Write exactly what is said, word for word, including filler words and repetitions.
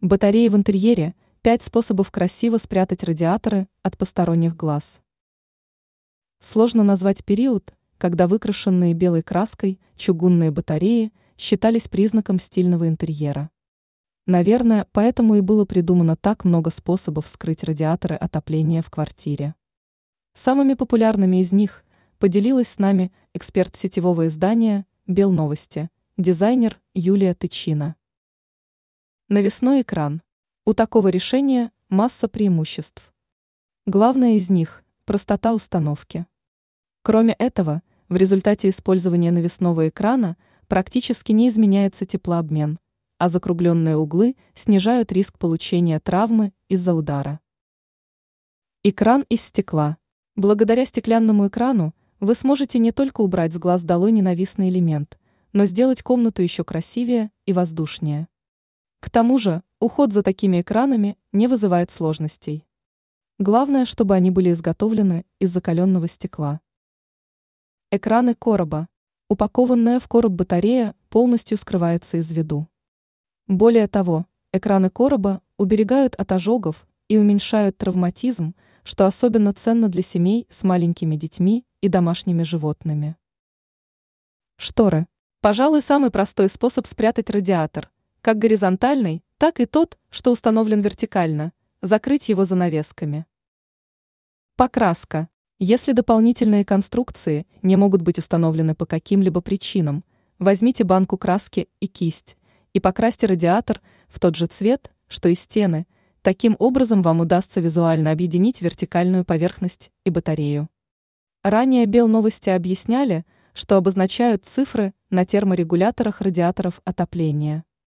Батареи в интерьере – пять способов красиво спрятать радиаторы от посторонних глаз. Сложно назвать период, когда выкрашенные белой краской чугунные батареи считались признаком стильного интерьера. Наверное, поэтому и было придумано так много способов скрыть радиаторы отопления в квартире. Самыми популярными из них поделилась с нами эксперт сетевого издания «Белновости», дизайнер Юлия Тычина. Навесной экран. У такого решения масса преимуществ. Главное из них – простота установки. Кроме этого, в результате использования навесного экрана практически не изменяется теплообмен, а закругленные углы снижают риск получения травмы из-за удара. Экран из стекла. Благодаря стеклянному экрану вы сможете не только убрать с глаз долой ненавистный элемент, но сделать комнату еще красивее и воздушнее. К тому же, уход за такими экранами не вызывает сложностей. Главное, чтобы они были изготовлены из закаленного стекла. Экраны короба. Упакованная в короб батарея полностью скрывается из виду. Более того, экраны короба уберегают от ожогов и уменьшают травматизм, что особенно ценно для семей с маленькими детьми и домашними животными. Шторы. Пожалуй, самый простой способ спрятать радиатор, как горизонтальный, так и тот, что установлен вертикально, закрыть его занавесками. Покраска. Если дополнительные конструкции не могут быть установлены по каким-либо причинам, возьмите банку краски и кисть и покрасьте радиатор в тот же цвет, что и стены. Таким образом вам удастся визуально объединить вертикальную поверхность и батарею. Ранее Белновости объясняли, что обозначают цифры на терморегуляторах радиаторов отопления.